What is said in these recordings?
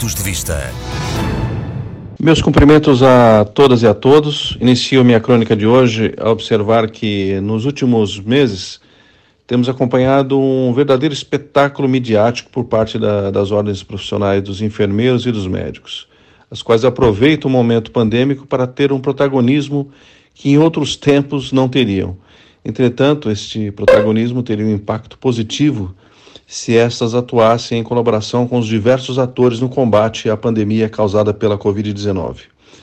Pontos de Vista. Meus cumprimentos a todas e a todos. Inicio minha crônica de hoje a observar que nos últimos meses temos acompanhado um verdadeiro espetáculo midiático por parte das ordens profissionais dos enfermeiros e dos médicos, as quais aproveitam o momento pandêmico para ter um protagonismo que em outros tempos não teriam. Entretanto, este protagonismo teria um impacto positivo se estas atuassem em colaboração com os diversos atores no combate à pandemia causada pela Covid-19.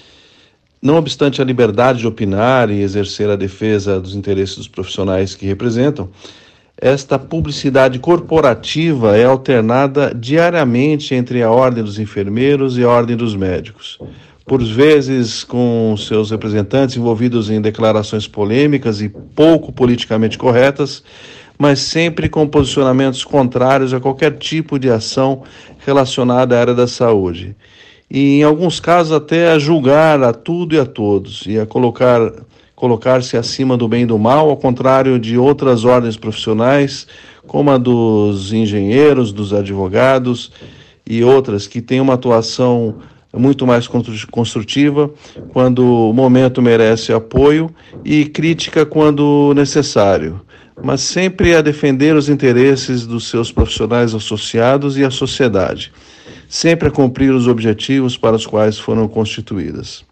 Não obstante a liberdade de opinar e exercer a defesa dos interesses dos profissionais que representam, esta publicidade corporativa é alternada diariamente entre a Ordem dos Enfermeiros e a Ordem dos Médicos, por vezes com seus representantes envolvidos em declarações polêmicas e pouco politicamente corretas, mas sempre com posicionamentos contrários a qualquer tipo de ação relacionada à área da saúde. E, em alguns casos, até a julgar a tudo e a todos, e a colocar-se acima do bem e do mal, ao contrário de outras ordens profissionais, como a dos engenheiros, dos advogados e outras, que têm uma atuação muito mais construtiva quando o momento merece apoio e crítica quando necessário, mas sempre a defender os interesses dos seus profissionais associados e a sociedade, sempre a cumprir os objetivos para os quais foram constituídas.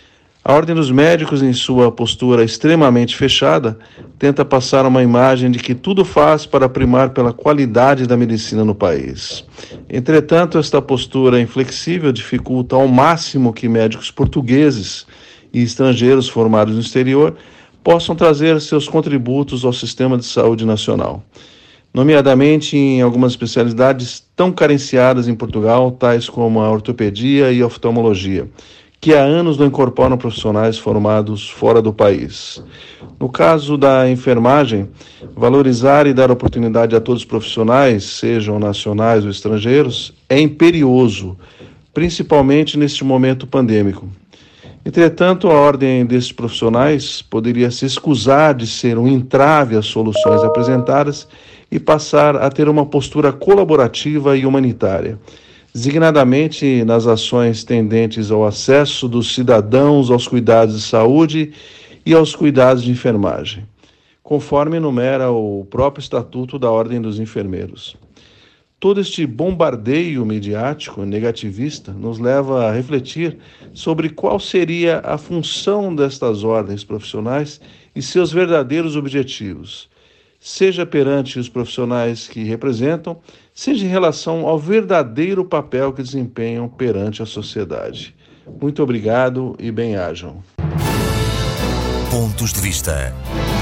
A Ordem dos Médicos, em sua postura extremamente fechada, tenta passar uma imagem de que tudo faz para primar pela qualidade da medicina no país. Entretanto, esta postura inflexível dificulta ao máximo que médicos portugueses e estrangeiros formados no exterior possam trazer seus contributos ao sistema de saúde nacional, nomeadamente em algumas especialidades tão carenciadas em Portugal, tais como a ortopedia e a oftalmologia, que há anos não incorporam profissionais formados fora do país. No caso da enfermagem, valorizar e dar oportunidade a todos os profissionais, sejam nacionais ou estrangeiros, é imperioso, principalmente neste momento pandêmico. Entretanto, a ordem desses profissionais poderia se escusar de ser um entrave às soluções apresentadas e passar a ter uma postura colaborativa e humanitária, designadamente nas ações tendentes ao acesso dos cidadãos aos cuidados de saúde e aos cuidados de enfermagem, conforme enumera o próprio Estatuto da Ordem dos Enfermeiros. Todo este bombardeio midiático negativista nos leva a refletir sobre qual seria a função destas ordens profissionais e seus verdadeiros objetivos, seja perante os profissionais que representam, seja em relação ao verdadeiro papel que desempenham perante a sociedade. Muito obrigado e bem-ajam. Pontos de Vista.